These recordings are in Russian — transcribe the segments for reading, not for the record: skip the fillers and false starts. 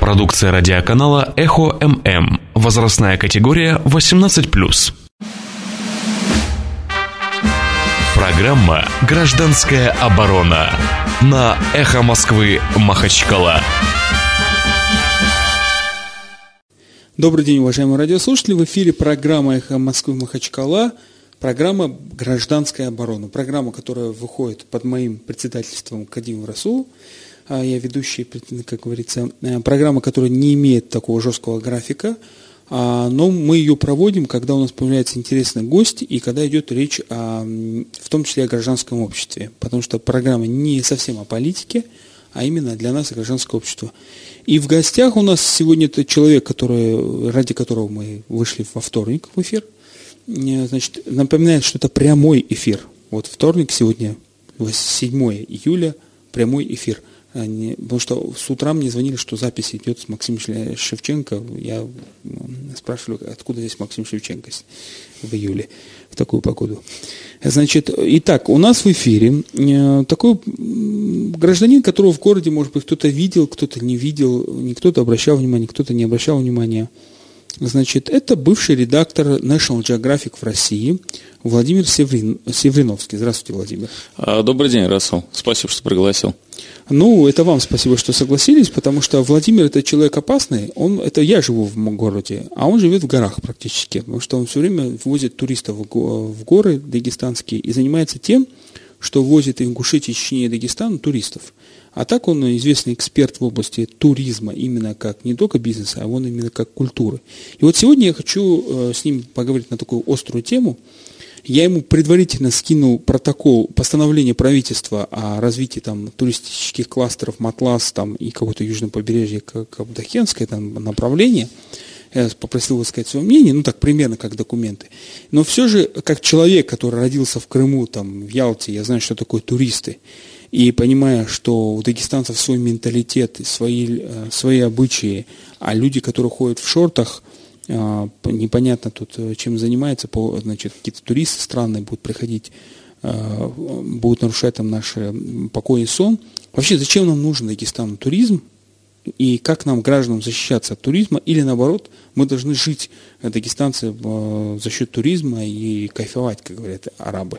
Продукция радиоканала «Эхо ММ». Возрастная категория 18+. Программа «Гражданская оборона» на «Эхо Москвы» Махачкала. Добрый день, уважаемые радиослушатели. В эфире программа «Эхо Москвы» Махачкала. Программа «Гражданская оборона». Программа, которая выходит под моим председательством Кадим Расул. Я ведущий, как говорится, программа, которая не имеет такого жесткого графика, но мы ее проводим, когда у нас появляется интересный гость и когда идет речь в том числе о гражданском обществе, потому что программа не совсем о политике, а именно для нас гражданское общество. И в гостях у нас сегодня это человек, ради которого мы вышли во вторник в эфир. Значит, напоминает, что это прямой эфир. Вот вторник сегодня, 7 июля, прямой эфир. Потому что с утра мне звонили, что запись идет с Максимом Шевченко. Я спрашиваю, откуда здесь Максим Шевченко в июле в такую погоду. Значит, итак, у нас в эфире такой гражданин, которого в городе, может быть, кто-то видел, кто-то не видел, кто-то обращал внимание, кто-то не обращал внимания. Значит, это бывший редактор National Geographic в России Владимир Севриновский. Здравствуйте, Владимир. Добрый день, Расул. Спасибо, что пригласил. Это вам спасибо, что согласились, потому что Владимир – это человек опасный. Я живу в городе, а он живет в горах практически, потому что он все время возит туристов в горы дагестанские и занимается тем, что возит в Ингушетию, Чечне и Дагестан туристов. А так он известный эксперт в области туризма, именно как не только бизнеса, а он именно как культуры. И вот сегодня я хочу с ним поговорить на такую острую тему. Я ему предварительно скинул протокол постановления правительства о развитии туристических кластеров Матлас и какого-то южного побережья Кабардахенское направление. Я попросил высказать свое мнение, примерно как документы. Но все же, как человек, который родился в Крыму, в Ялте, я знаю, что такое туристы. И понимая, что у дагестанцев свой менталитет, свои обычаи, а люди, которые ходят в шортах, непонятно тут, чем занимаются, какие-то туристы странные будут приходить, будут нарушать наш покой и сон. Вообще, зачем нам нужен Дагестану туризм? И как нам, гражданам, защищаться от туризма? Или наоборот, мы должны жить, дагестанцы, за счет туризма и кайфовать, как говорят арабы?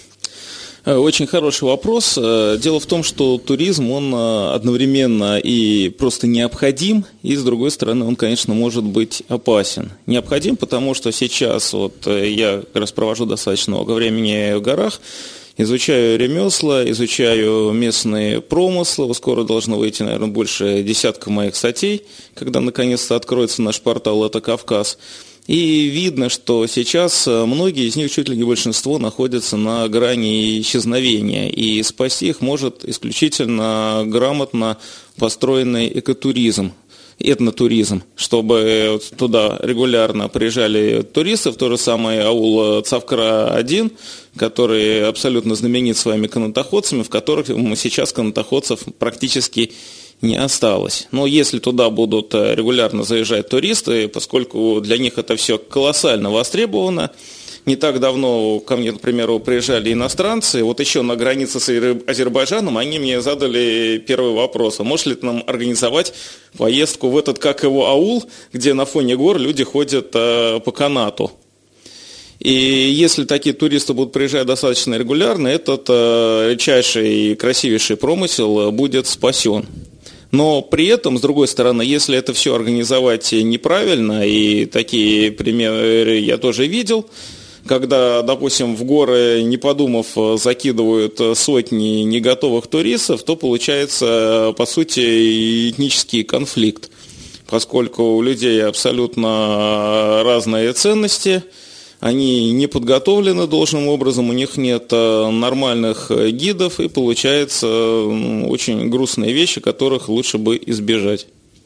Очень хороший вопрос. Дело в том, что туризм, он одновременно и просто необходим, и с другой стороны, он, конечно, может быть опасен. Необходим, потому что сейчас я как раз провожу достаточно много времени в горах, изучаю ремесла, изучаю местные промыслы. Скоро должно выйти, наверное, больше десятка моих статей, когда наконец-то откроется наш портал «Это Кавказ». И видно, что сейчас многие из них, чуть ли не большинство, находятся на грани исчезновения. И спасти их может исключительно грамотно построенный экотуризм, этнотуризм, чтобы туда регулярно приезжали туристы, в тот же самый аул Цавкра-1, который абсолютно знаменит своими канатоходцами, в которых сейчас канатоходцев практически не осталось. Но если туда будут регулярно заезжать туристы, поскольку для них это все колоссально востребовано, не так давно ко мне, например, приезжали иностранцы, еще на границе с Азербайджаном они мне задали первый вопрос: а может ли ты нам организовать поездку в этот, аул, где на фоне гор люди ходят по канату? И если такие туристы будут приезжать достаточно регулярно, этот редчайший и красивейший промысел будет спасен. Но при этом, с другой стороны, если это все организовать неправильно, и такие примеры я тоже видел, когда, допустим, в горы, не подумав, закидывают сотни неготовых туристов, то получается, по сути, этнический конфликт, поскольку у людей абсолютно разные ценности, они не подготовлены должным образом, у них нет нормальных гидов, и получается очень грустные вещи, которых лучше бы избежать.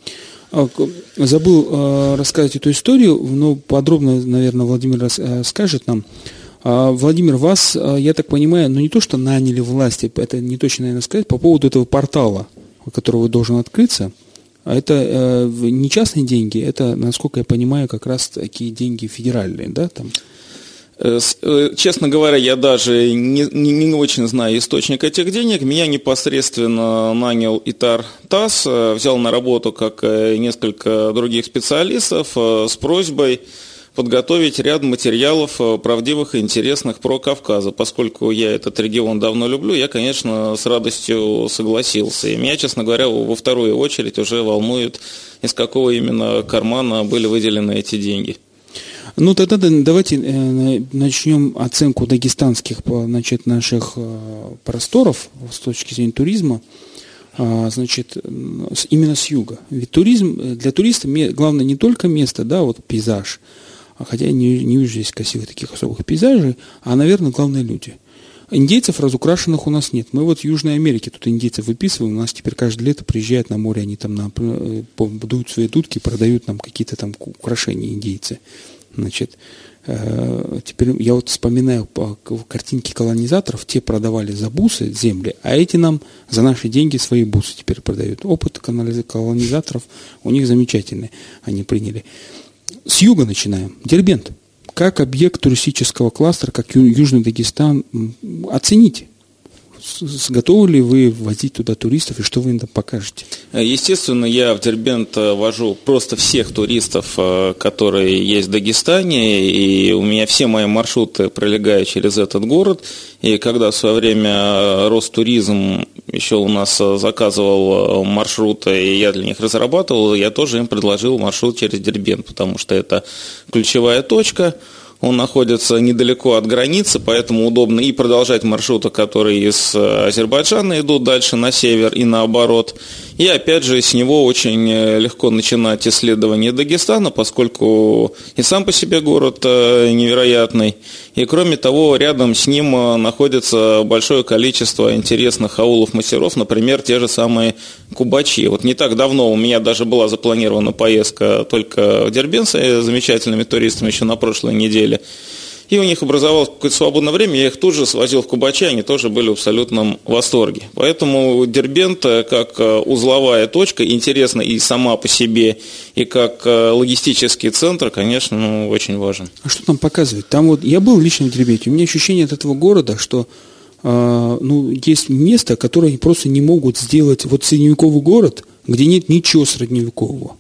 Забыл рассказать эту историю, но подробно, наверное, Владимир скажет нам. Владимир, вас, я так понимаю, не то, что наняли власти, это не точно, наверное, сказать, по поводу этого портала, который должен открыться. А это не частные деньги, это, насколько я понимаю, как раз такие деньги федеральные, да, там? Честно говоря, я даже не очень знаю источник этих денег. Меня непосредственно нанял ИТАР ТАСС, взял на работу, как несколько других специалистов, с просьбой подготовить ряд материалов правдивых и интересных про Кавказ. Поскольку я этот регион давно люблю, я, конечно, с радостью согласился. И меня, честно говоря, во вторую очередь уже волнует, из какого именно кармана были выделены эти деньги. Ну, тогда давайте начнем оценку дагестанских, значит, наших просторов с точки зрения туризма, значит, именно с юга. Ведь туризм, для туриста главное не только место, да, вот пейзаж, хотя не вижу здесь красивых таких особых пейзажей, а, наверное, главное люди. Индейцев разукрашенных у нас нет. Мы вот в Южной Америке тут индейцев выписываем, у нас теперь каждое лето приезжают на море, они там дуют свои дудки, продают нам какие-то там украшения индейцы. Значит, теперь я вот вспоминаю по картинке колонизаторов, те продавали за бусы земли, а эти нам за наши деньги свои бусы теперь продают. Опыт колонизаторов у них замечательный, они приняли. С юга начинаем. Дербент. Как объект туристического кластера, как Южный Дагестан, оцените. Готовы ли вы возить туда туристов и что вы им там покажете? Естественно, я в Дербент вожу просто всех туристов, которые есть в Дагестане, и у меня все мои маршруты пролегают через этот город. И когда в свое время Ростуризм еще у нас заказывал маршруты, и я для них разрабатывал, я тоже им предложил маршрут через Дербент, потому что это ключевая точка. Он находится недалеко от границы, поэтому удобно и продолжать маршруты, которые из Азербайджана идут дальше на север и наоборот. И опять же с него очень легко начинать исследование Дагестана, поскольку и сам по себе город невероятный. И кроме того, рядом с ним находится большое количество интересных аулов мастеров, например, те же самые Кубачи. Вот не так давно у меня даже была запланирована поездка только в Дербент с замечательными туристами еще на прошлой неделе. И у них образовалось какое-то свободное время, я их тут же свозил в Кубачи, они тоже были в абсолютном восторге. Поэтому Дербент как узловая точка интересна и сама по себе, и как логистический центр, конечно, очень важен. А что там показывает? Там вот я был лично в Дербенте, у меня ощущение от этого города, что есть место, которое просто не могут сделать вот средневековый город, где нет ничего средневекового.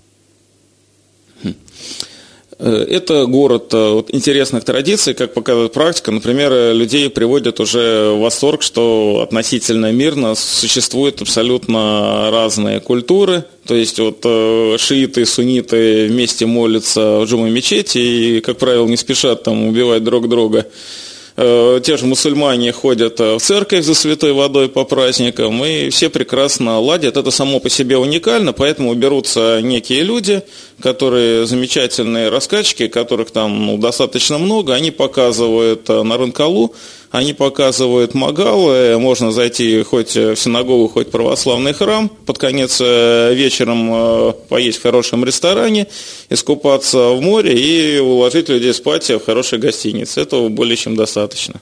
Это город интересных традиций, как показывает практика. Например, людей приводят уже в восторг, что относительно мирно существуют абсолютно разные культуры. То есть вот шииты и сунниты вместе молятся в джума мечети и, как правило, не спешат там убивать друг друга. Те же мусульмане ходят в церковь за святой водой по праздникам, и все прекрасно ладят. Это само по себе уникально, поэтому берутся некие люди, которые замечательные рассказчики, которых там достаточно много, они показывают Нарынкалу, они показывают Магалы, можно зайти хоть в синагогу, хоть в православный храм, под конец вечером поесть в хорошем ресторане, искупаться в море и уложить людей спать в хорошей гостинице. Этого более чем достаточно.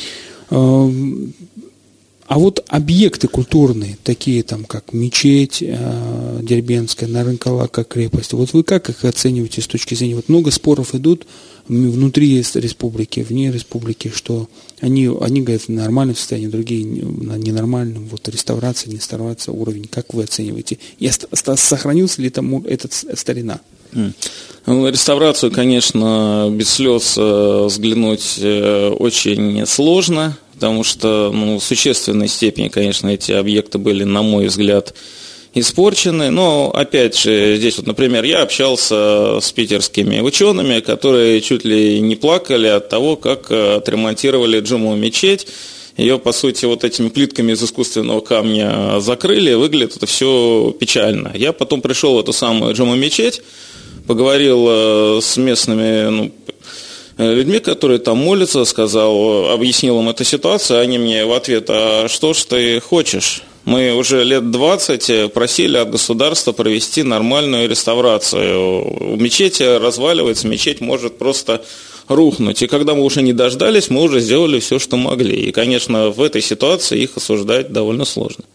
А вот объекты культурные, такие там, как мечеть Дербентская, Нарынкала, как крепость, вот вы как их оцениваете с точки зрения, вот много споров идут внутри республики, вне республики, что они говорят в нормальном состоянии, другие на ненормальном, вот реставрация, не реставрация, уровень, как вы оцениваете? И сохранился ли там этот старина? На реставрацию, конечно, без слез взглянуть очень сложно, потому что в существенной степени, конечно, эти объекты были, на мой взгляд, испорчены. Но, опять же, здесь вот, например, я общался с питерскими учеными, которые чуть ли не плакали от того, как отремонтировали Джуму мечеть. Ее, по сути, вот этими плитками из искусственного камня закрыли, выглядит это все печально. Я потом пришел в эту самую Джуму мечеть, поговорил с местными людьми, которые там молятся, объяснил им эту ситуацию, они мне в ответ: а что ж ты хочешь? Мы уже лет 20 просили от государства провести нормальную реставрацию. Мечеть разваливается, мечеть может просто рухнуть. И когда мы уже не дождались, мы уже сделали все, что могли. И, конечно, в этой ситуации их осуждать довольно сложно.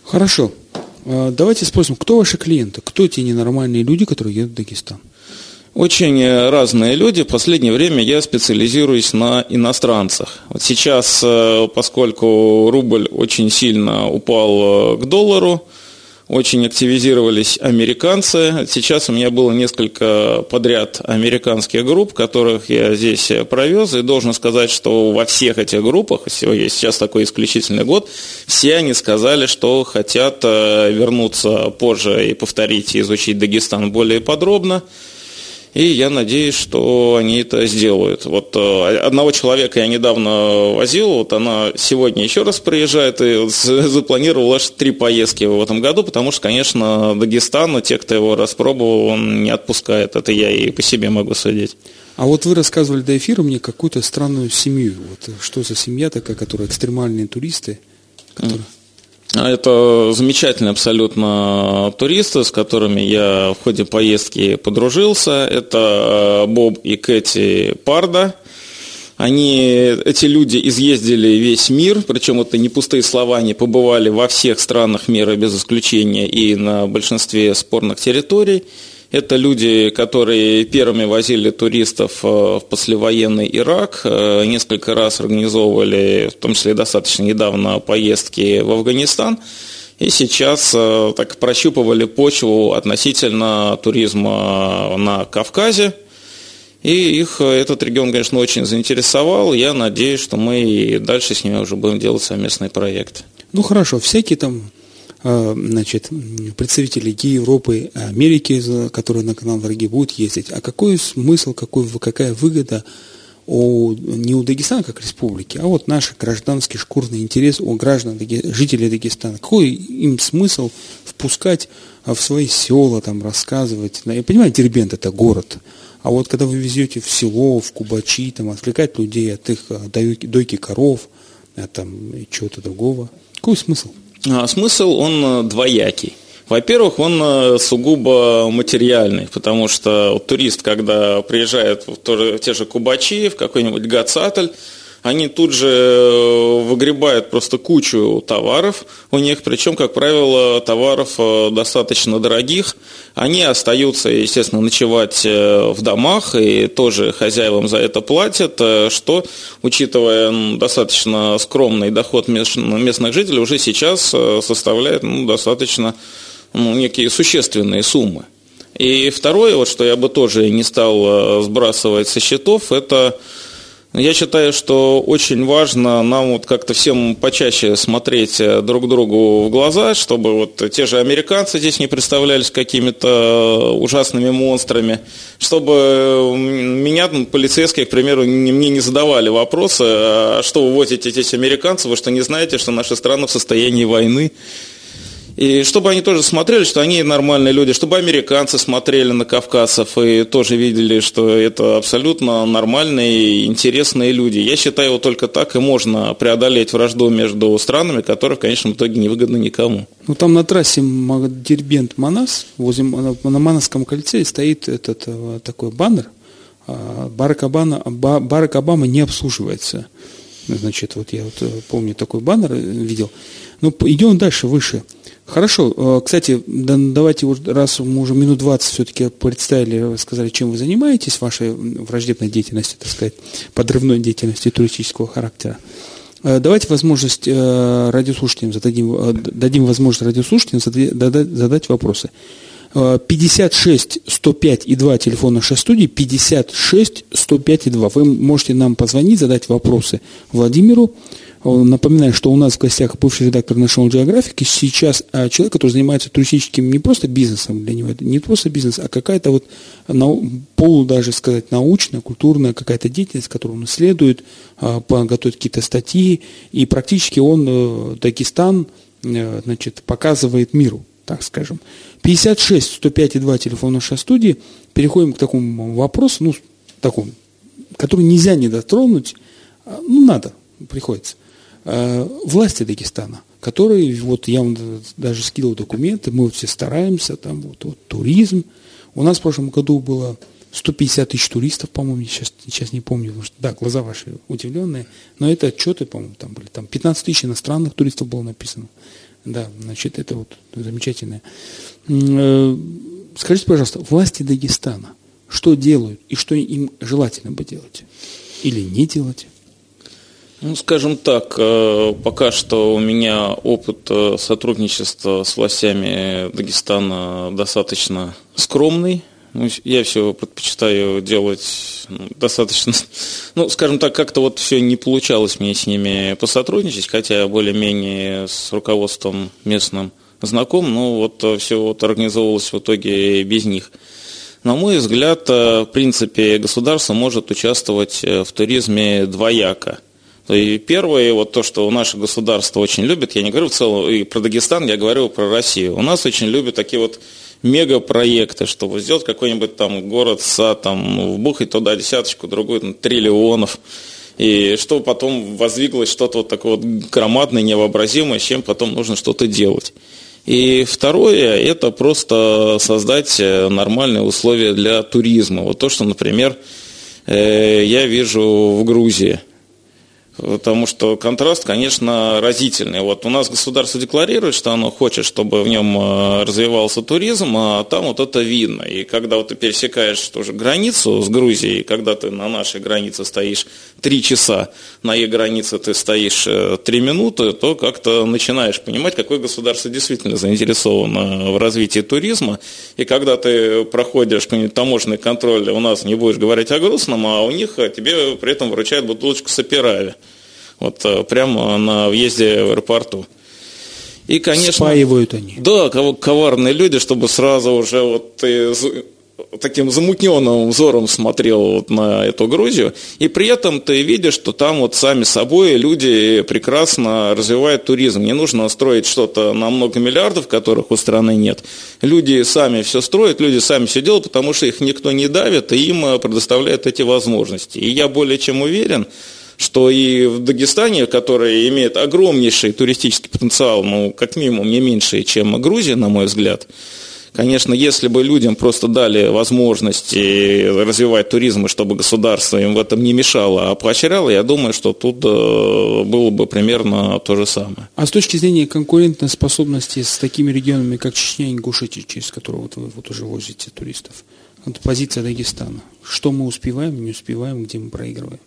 Хорошо. Давайте спросим, кто ваши клиенты? Кто те ненормальные люди, которые едут в Дагестан? Очень разные люди. В последнее время я специализируюсь на иностранцах. Вот сейчас, поскольку рубль очень сильно упал к доллару, очень активизировались американцы. Сейчас у меня было несколько подряд американских групп, которых я здесь провез, и должен сказать, что во всех этих группах, сейчас такой исключительный год, все они сказали, что хотят вернуться позже и повторить, и изучить Дагестан более подробно. И я надеюсь, что они это сделают. Вот одного человека я недавно возил, вот она сегодня еще раз приезжает и запланировала аж 3 поездки в этом году, потому что, конечно, Дагестан, те, кто его распробовал, он не отпускает. Это я и по себе могу судить. А вот вы рассказывали до эфира мне какую-то странную семью. Вот что за семья такая, которая экстремальные туристы, которые... Это замечательные абсолютно туристы, с которыми я в ходе поездки подружился. Это Боб и Кэти Парда. Эти люди изъездили весь мир, причем это не пустые слова, они побывали во всех странах мира без исключения и на большинстве спорных территорий. Это люди, которые первыми возили туристов в послевоенный Ирак, несколько раз организовывали, в том числе достаточно недавно, поездки в Афганистан, и сейчас так прощупывали почву относительно туризма на Кавказе. И их этот регион, конечно, очень заинтересовал. Я надеюсь, что мы и дальше с ними уже будем делать совместный проект. Ну хорошо, всякие там... Значит, представители Европы, Америки, которые на канал «Враги» будут ездить. А какой смысл, какая выгода не у Дагестана как республики, а вот наш гражданский шкурный интерес у граждан, жителей Дагестана? Какой им смысл впускать в свои села, там, рассказывать? Я понимаю, Дербент – это город. А вот когда вы везете в село, в Кубачи, там, отвлекать людей от их дойки коров, там, и чего-то другого, какой смысл? Смысл, он двоякий. Во-первых, он сугубо материальный, потому что турист, когда приезжает в те же Кубачи, в какой-нибудь Гацатль, они тут же выгребают просто кучу товаров у них, причем, как правило, товаров достаточно дорогих. Они остаются, естественно, ночевать в домах, и тоже хозяевам за это платят, что, учитывая достаточно скромный доход местных жителей, уже сейчас составляет достаточно некие существенные суммы. И второе, вот, что я бы тоже не стал сбрасывать со счетов, это... Я считаю, что очень важно нам вот как-то всем почаще смотреть друг другу в глаза, чтобы вот те же американцы здесь не представлялись какими-то ужасными монстрами, чтобы меня, полицейские, к примеру, мне не задавали вопросы, а что вы возите здесь американцев, вы что не знаете, что наши страны в состоянии войны. И чтобы они тоже смотрели, что они нормальные люди, чтобы американцы смотрели на кавказцев и тоже видели, что это абсолютно нормальные и интересные люди. Я считаю, вот только так и можно преодолеть вражду между странами, которая в конечном итоге не выгодна никому. Ну, там на трассе Дербент-Манас, на Манасском кольце стоит такой баннер: Барак Обама не обслуживается. Значит, вот я помню, такой баннер видел. Ну, идем дальше, выше. Хорошо. Кстати, давайте, раз мы уже минут 20 все-таки представили, сказали, чем вы занимаетесь, вашей враждебной деятельностью, так сказать, подрывной деятельностью туристического характера. Давайте возможность радиослушателям, дадим возможность радиослушателям задать вопросы. 56 105 и 2 телефон нашей студии, 56 105 и 2. Вы можете нам позвонить, задать вопросы Владимиру. Напоминаю, что у нас в гостях бывший редактор National Geographic, сейчас человек, который занимается туристическим не просто бизнесом, для него это не просто бизнес, а какая-то вот даже сказать научная, культурная какая-то деятельность, которую он исследует, готовит какие-то статьи, и практически он Дагестан, значит, показывает миру, так скажем. 56 105 и 2 телефон нашей студии. Переходим к такому вопросу, такому, который нельзя не дотронуть, надо, приходится. Власти Дагестана, которые, вот я вам даже скидывал документы, мы вот все стараемся, там вот туризм. У нас в прошлом году было 150 тысяч туристов, по-моему, сейчас не помню, потому что, да, глаза ваши удивленные, но это отчеты, по-моему, там были, там 15 тысяч иностранных туристов было написано. Да, значит, это вот замечательное. Скажите, пожалуйста, власти Дагестана, что делают и что им желательно бы делать или не делать? Ну, скажем так, пока что у меня опыт сотрудничества с властями Дагестана достаточно скромный. Я все предпочитаю делать достаточно, скажем так, как-то вот все не получалось мне с ними посотрудничать, хотя я более-менее с руководством местным знаком, но вот все вот организовывалось в итоге без них. На мой взгляд, в принципе, государство может участвовать в туризме двояко. И первое, вот то, что наше государство очень любит, я не говорю в целом и про Дагестан, я говорю про Россию. У нас очень любят такие вот мегапроекты, чтобы сделать какой-нибудь там город, сад, там, вбухать туда десяточку, другую, триллионов, и чтобы потом воздвиглось что-то вот такое вот громадное, невообразимое, с чем потом нужно что-то делать. И второе, это просто создать нормальные условия для туризма. Вот то, что, например, я вижу в Грузии. Потому что контраст, конечно, разительный. Вот у нас государство декларирует, что оно хочет, чтобы в нем развивался туризм, а там вот это видно. И когда вот ты пересекаешь тоже границу с Грузией, когда ты на нашей границе стоишь 3 часа, на их границе ты стоишь 3 минуты, то как-то начинаешь понимать, какое государство действительно заинтересовано в развитии туризма. И когда ты проходишь какой-нибудь таможенный контроль, у нас не будешь говорить о грустном, а у них тебе при этом вручают бутылочку саперави. Вот прямо на въезде в аэропорту. И, конечно, спаивают они. Да, коварные люди, чтобы сразу уже вот ты таким замутненным взором смотрел вот на эту Грузию, и при этом ты видишь, что там вот сами собой люди прекрасно развивают туризм. Не нужно строить что-то на много миллиардов, которых у страны нет. Люди сами все строят, люди сами все делают, потому что их никто не давит, и им предоставляют эти возможности. И я более чем уверен, что и в Дагестане, который имеет огромнейший туристический потенциал, как минимум не меньше, чем Грузия, на мой взгляд, конечно, если бы людям просто дали возможности развивать туризм, и чтобы государство им в этом не мешало, а поощряло, я думаю, что тут было бы примерно то же самое. А с точки зрения конкурентоспособности с такими регионами, как Чечня и Ингушетия, через которые вы уже возите туристов, это позиция Дагестана. Что мы успеваем, не успеваем, где мы проигрываем?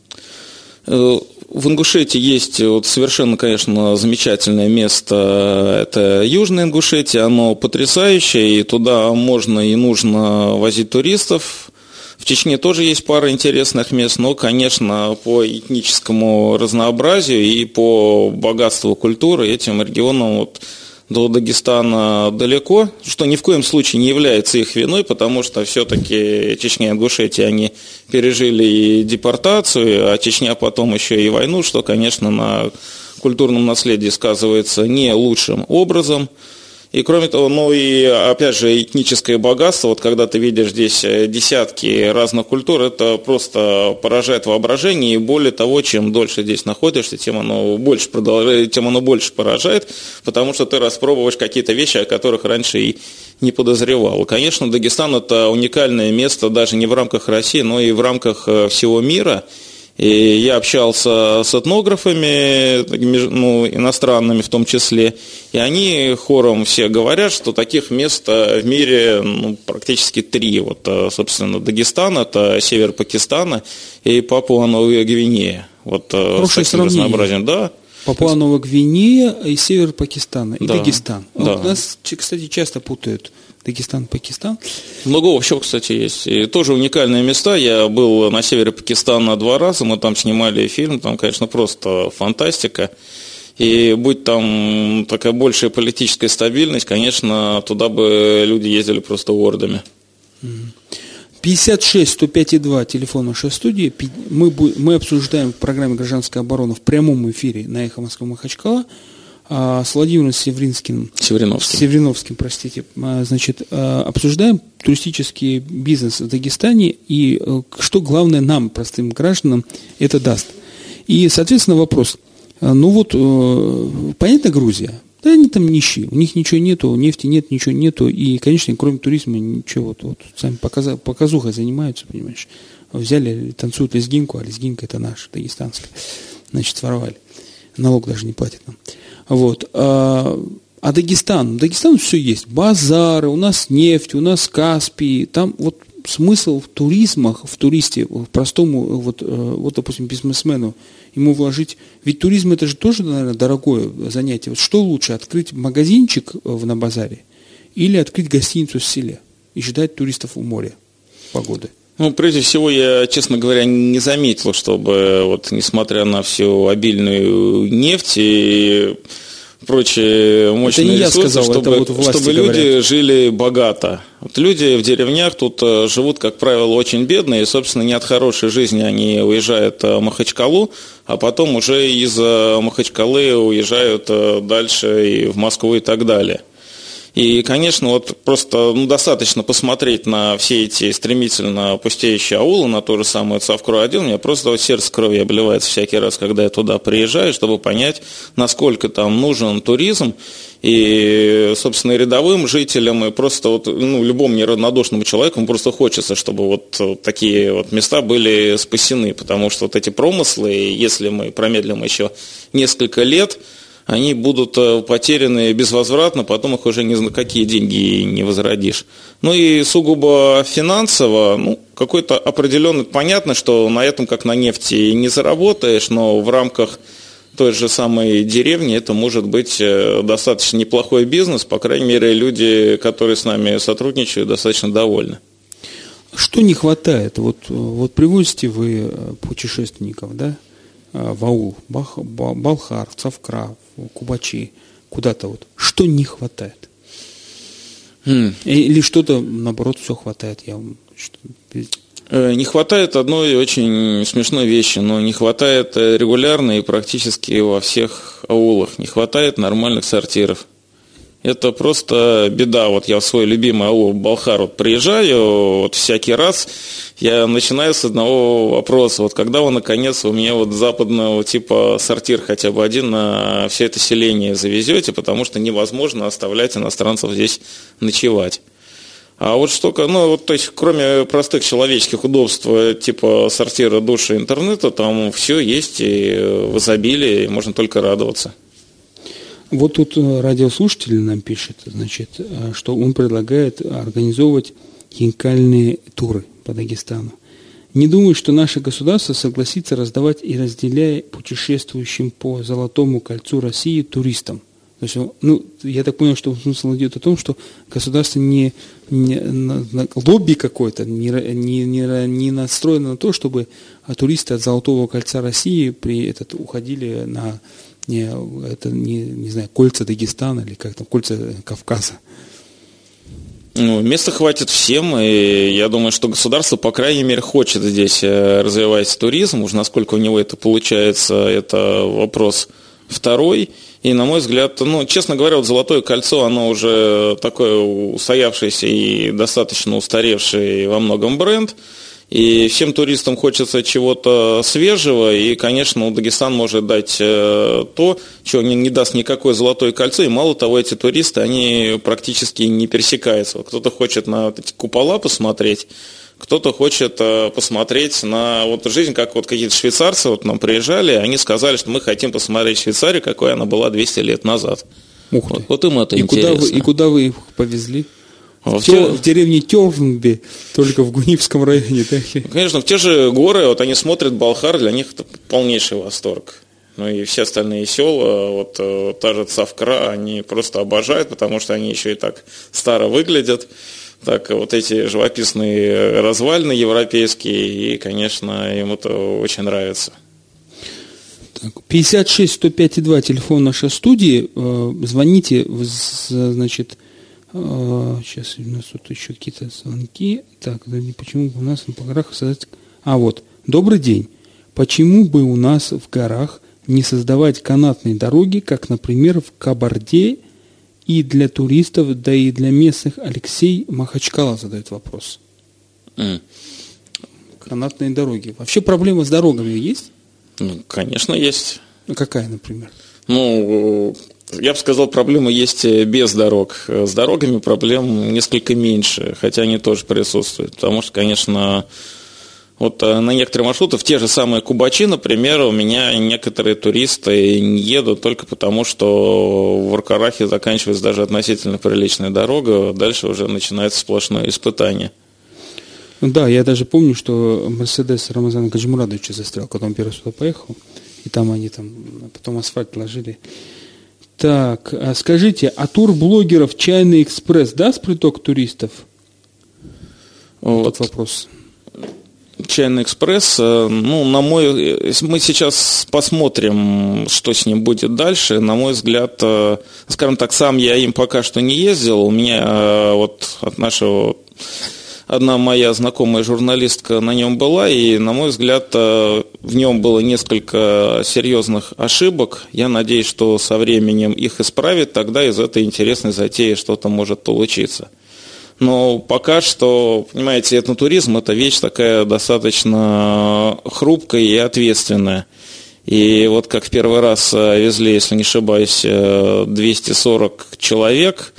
В Ингушетии есть вот совершенно, конечно, замечательное место, это Южная Ингушетия, оно потрясающее, и туда можно и нужно возить туристов. В Чечне тоже есть пара интересных мест, но, конечно, по этническому разнообразию и по богатству культуры этим регионам вот до Дагестана далеко, что ни в коем случае не является их виной, потому что все-таки Чечня и Ингушетия, они пережили и депортацию, а Чечня потом еще и войну, что, конечно, на культурном наследии сказывается не лучшим образом. И кроме того, и опять же этническое богатство, вот когда ты видишь здесь десятки разных культур, это просто поражает воображение, и более того, чем дольше здесь находишься, тем оно больше поражает, потому что ты распробуешь какие-то вещи, о которых раньше и не подозревал. Конечно, Дагестан – это уникальное место даже не в рамках России, но и в рамках всего мира. И я общался с этнографами, иностранными в том числе, и они хором все говорят, что таких мест в мире практически 3. Вот, собственно, Дагестан, это север Пакистана и Папуа-Новая Гвинея. Вот с таким разнообразием, да. Папуа-Новая Гвинея и север Пакистана, и да, Дагестан. Да. Вот нас, кстати, часто путают Дагестан, Пакистан. Много общего, кстати, есть. И тоже уникальные места. Я был на севере Пакистана 2 раза, мы там снимали фильм, там, конечно, просто фантастика. И будь там такая большая политическая стабильность, конечно, туда бы люди ездили просто ордами. 56-105-2, телефон нашей студии. Мы обсуждаем в программе «Гражданская оборона» в прямом эфире на «Эхо Москвы» Махачкала с Владимиром Севриновским, значит, обсуждаем туристический бизнес в Дагестане и что главное нам, простым гражданам, это даст. И, соответственно, вопрос. Понятно, Грузия. Да, они там нищие, у них ничего нету, нефти нет, ничего нету, и, конечно, кроме туризма ничего, вот сами показухой занимаются, понимаешь. Взяли, танцуют лезгинку, а лезгинка это наша, дагестанская, значит, своровали. Налог даже не платят нам. Вот. А Дагестан все есть. Базары, у нас нефть, у нас Каспий. Там вот смысл в туристе, в простому, вот, допустим, бизнесмену, ему вложить, ведь туризм это же тоже, наверное, дорогое занятие. Вот что лучше, открыть магазинчик на базаре или открыть гостиницу в селе и ждать туристов у моря погоды? Ну, прежде всего, я, честно говоря, не заметил, чтобы, вот, несмотря на всю обильную нефть и прочие мощные ресурсы, чтобы люди жили богато. Вот люди в деревнях тут живут, как правило, очень бедно, и, собственно, не от хорошей жизни они уезжают в Махачкалу, а потом уже из Махачкалы уезжают дальше и в Москву и так далее. И, конечно, вот просто достаточно посмотреть на все эти стремительно пустеющие аулы, на ту же самую Цавкру-1, у меня просто сердце кровью обливается всякий раз, когда я туда приезжаю, чтобы понять, насколько там нужен туризм, и, собственно, и рядовым жителям, и просто вот, любому неравнодушному человеку просто хочется, чтобы вот такие вот места были спасены, потому что вот эти промыслы, если мы промедлим еще несколько лет, они будут потеряны безвозвратно, потом их уже ни за какие деньги не возродишь. Ну и сугубо финансово, какой-то определенный, понятно, что на этом, как на нефти, не заработаешь, но в рамках той же самой деревни это может быть достаточно неплохой бизнес, по крайней мере, люди, которые с нами сотрудничают, достаточно довольны. Что не хватает? Вот привозите вы путешественников, да, в аул, Балхар, Цавкра, Кубачи, куда-то вот. Что не хватает? Или что-то, наоборот, все хватает? Не хватает одной очень смешной вещи, но не хватает регулярно и практически во всех аулах. Не хватает нормальных сортиров. Это просто беда. Вот я в свой любимый аул Балхар приезжаю, вот всякий раз я начинаю с одного вопроса. Вот когда вы, наконец, у меня вот западного типа сортир хотя бы один на все это селение завезете, потому что невозможно оставлять иностранцев здесь ночевать. А вот что, то есть, кроме простых человеческих удобств, типа сортира, душа, интернета, там все есть и в изобилии, и можно только радоваться. Вот тут радиослушатель нам пишет, что он предлагает организовывать хинкальные туры по Дагестану. Не думаю, что наше государство согласится раздавать и разделяя путешествующим по Золотому кольцу России туристам. То есть, я так понял, что смысл идет о том, что государство не лобби какое-то, не настроено на то, чтобы туристы от Золотого кольца России уходили на не знаю, кольца Дагестана или как там, кольца Кавказа. Места хватит всем, и я думаю, что государство, по крайней мере, хочет здесь развивать туризм. Уж насколько у него это получается, это вопрос второй. И, на мой взгляд, честно говоря, вот Золотое кольцо, оно уже такое устоявшееся и достаточно устаревший во многом бренд. И всем туристам хочется чего-то свежего, и, конечно, Дагестан может дать то, чего не даст никакое Золотое кольцо, и мало того, эти туристы, они практически не пересекаются. Кто-то хочет на эти купола посмотреть, кто-то хочет посмотреть на жизнь, как какие-то швейцарцы нам приезжали, они сказали, что мы хотим посмотреть Швейцарию, какой она была 200 лет назад. Ух ты. Вот им это интересно. И куда вы их повезли? В деревне Тёрнби, только в Гунибском районе, да? Конечно, в те же горы, они смотрят Балхар, для них это полнейший восторг. И все остальные села, та же Цавкра, они просто обожают, потому что они еще и так старо выглядят. Так, эти живописные развалины европейские, и, конечно, им это очень нравится. 56-105-2, телефон нашей студии, звоните, сейчас у нас тут еще какие-то звонки. Так, почему у нас по горах создать... Добрый день. Почему бы у нас в горах не создавать канатные дороги, как, например, в Кабарде, и для туристов, да и для местных? Алексей Махачкала задает вопрос. Канатные дороги. Вообще проблема с дорогами есть? Конечно, есть. Какая, например? Я бы сказал, проблемы есть без дорог. С дорогами проблем несколько меньше, хотя они тоже присутствуют. Потому что, конечно, на некоторые маршруты, в те же самые Кубачи, например, у меня некоторые туристы не едут только потому, что в Аркарахе заканчивается даже относительно приличная дорога, дальше уже начинается сплошное испытание. Да, я даже помню, что Мерседес Рамазана Гаджимурадовича застрял, когда он первый сюда поехал, и там они потом асфальт ложили. Так, скажите, а тур блогеров «Чайный экспресс» даст приток туристов? Вот вопрос. «Чайный экспресс», мы сейчас посмотрим, что с ним будет дальше. На мой взгляд, скажем так, сам я им пока что не ездил. У меня вот от нашего... Одна моя знакомая журналистка на нем была, и, на мой взгляд, в нем было несколько серьезных ошибок. Я надеюсь, что со временем их исправит, тогда из этой интересной затеи что-то может получиться. Но пока что, понимаете, этнотуризм – это вещь такая достаточно хрупкая и ответственная. И вот как в первый раз везли, если не ошибаюсь, 240 человек,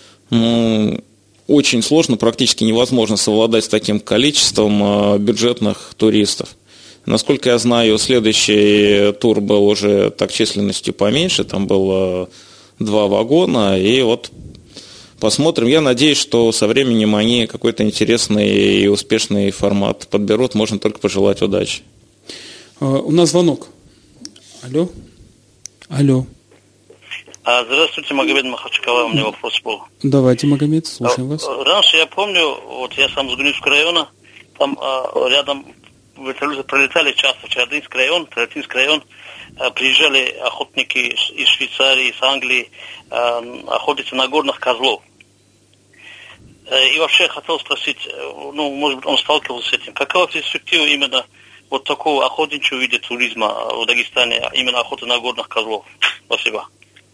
очень сложно, практически невозможно совладать с таким количеством бюджетных туристов. Насколько я знаю, следующий тур был уже так численностью поменьше, там было 2 вагона, и вот посмотрим. Я надеюсь, что со временем они какой-то интересный и успешный формат подберут, можно только пожелать удачи. У нас звонок. Алло. Здравствуйте, Магомед Махачкала, у меня вопрос был. Давайте, Магомед, слушаем вас. Раньше я помню, вот я сам с Гунинского района, там рядом вертолеты пролетали часто, Чардинский район, Таратинский район, приезжали охотники из Швейцарии, из Англии, охотиться на горных козлов. И вообще я хотел спросить, может быть, он сталкивался с этим, какова перспектива именно вот такого охотничьего вида туризма в Дагестане, именно охоты на горных козлов? Спасибо.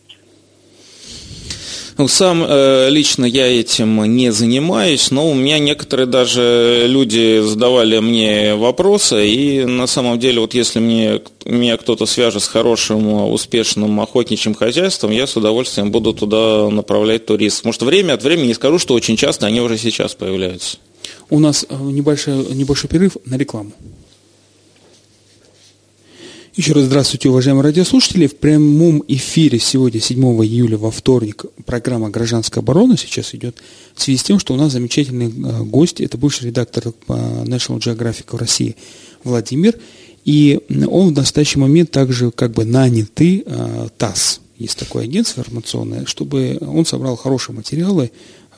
Сам лично я этим не занимаюсь, но у меня некоторые даже люди задавали мне вопросы, и на самом деле, вот если меня кто-то свяжет с хорошим, успешным охотничьим хозяйством, я с удовольствием буду туда направлять туристов. Потому что время от времени, не скажу, что очень часто они уже сейчас появляются. У нас небольшой перерыв на рекламу. Еще раз здравствуйте, уважаемые радиослушатели. В прямом эфире сегодня, 7 июля, во вторник, программа «Гражданская оборона» сейчас идет в связи с тем, что у нас замечательный гость, это бывший редактор National Geographic в России Владимир, и он в настоящий момент также нанятый ТАСС, есть такое агентство информационное, чтобы он собрал хорошие материалы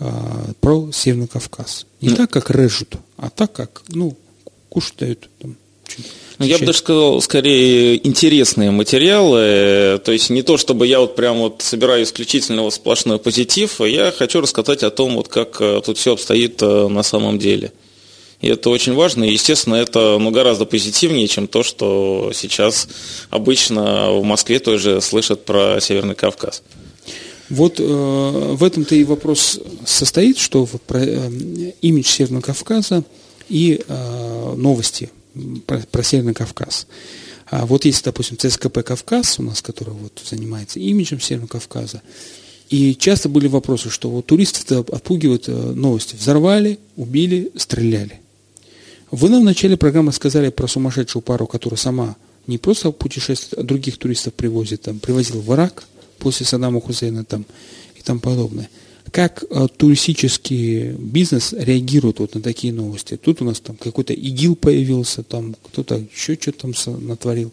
про Северный Кавказ. Не так, как режут, а так, как, кушать дают там чуть. Я бы даже сказал, скорее, интересные материалы, то есть не то, чтобы я собираю исключительно сплошной позитив, я хочу рассказать о том, как тут все обстоит на самом деле. И это очень важно, и, естественно, это гораздо позитивнее, чем то, что сейчас обычно в Москве тоже слышат про Северный Кавказ. Вот в этом-то и вопрос состоит, что имидж Северного Кавказа и новости про Северный Кавказ. Вот есть, допустим, ЦСКП «Кавказ» у нас, который занимается имиджем Северного Кавказа. И часто были вопросы, что туристов отпугивают новости. Взорвали, убили, стреляли. Вы нам в начале программы сказали про сумасшедшую пару, которая сама не просто путешествует, а других туристов привозит. Привозил в Ирак после Саддама Хусейна и тому подобное. Как туристический бизнес реагирует на такие новости? Тут у нас какой-то ИГИЛ появился, кто-то еще что-то натворил.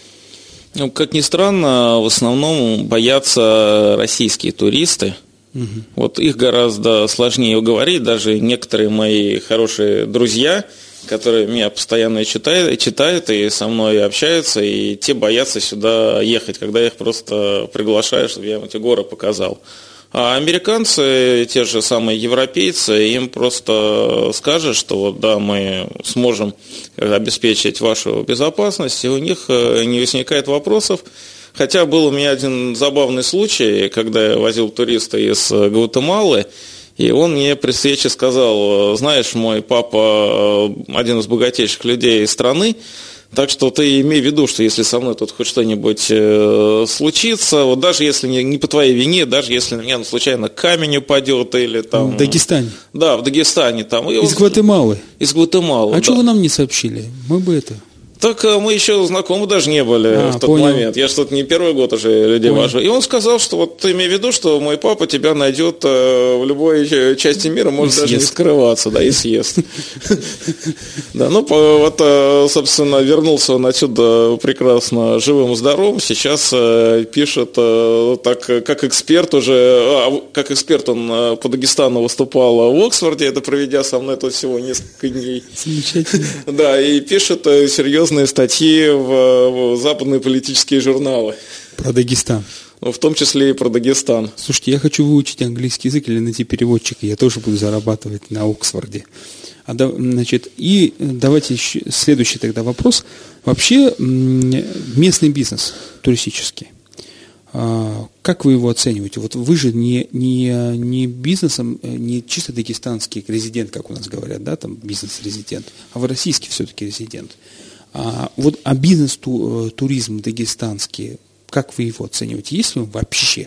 Как ни странно, в основном боятся российские туристы. Угу. Их гораздо сложнее уговорить. Даже некоторые мои хорошие друзья, которые меня постоянно читают и со мной общаются, и те боятся сюда ехать, когда я их просто приглашаю, чтобы я им эти горы показал. А американцы, те же самые европейцы, им просто скажут, что мы сможем обеспечить вашу безопасность, и у них не возникает вопросов. Хотя был у меня один забавный случай, когда я возил туриста из Гватемалы, и он мне при встрече сказал: знаешь, мой папа один из богатейших людей страны, так что ты имей в виду, что если со мной тут хоть что-нибудь случится, даже если не по твоей вине, даже если на меня случайно камень упадет или там... В Дагестане? Да, в Дагестане. Из Гватемалы? Из Гватемалы, А что вы нам не сообщили? Мы бы это... Так мы еще знакомы даже не были в тот момент. Я что-то не первый год уже людей вожу. И он сказал, что вот ты имей в виду, что мой папа тебя найдет в любой части мира, может даже не скрываться, да, и съест. Да, ну вот, собственно, вернулся он отсюда прекрасно живым и здоровым. Сейчас пишет так, как эксперт уже, как эксперт он по Дагестану выступал в Оксфорде, это проведя со мной тут всего несколько дней. Замечательно. Да, и пишет серьезные статьи в западные политические журналы. Про Дагестан. В том числе и про Дагестан. Слушайте, я хочу выучить английский язык или найти переводчика. Я тоже буду зарабатывать на Оксфорде. Значит, и давайте еще следующий тогда вопрос. Вообще местный бизнес туристический. Как вы его оцениваете? Вот вы же не бизнесом, не чисто дагестанский резидент, как у нас говорят, да, там бизнес-резидент, а вы российский все-таки резидент. А бизнес-туризм дагестанский, как вы его оцениваете? Есть ли он вообще?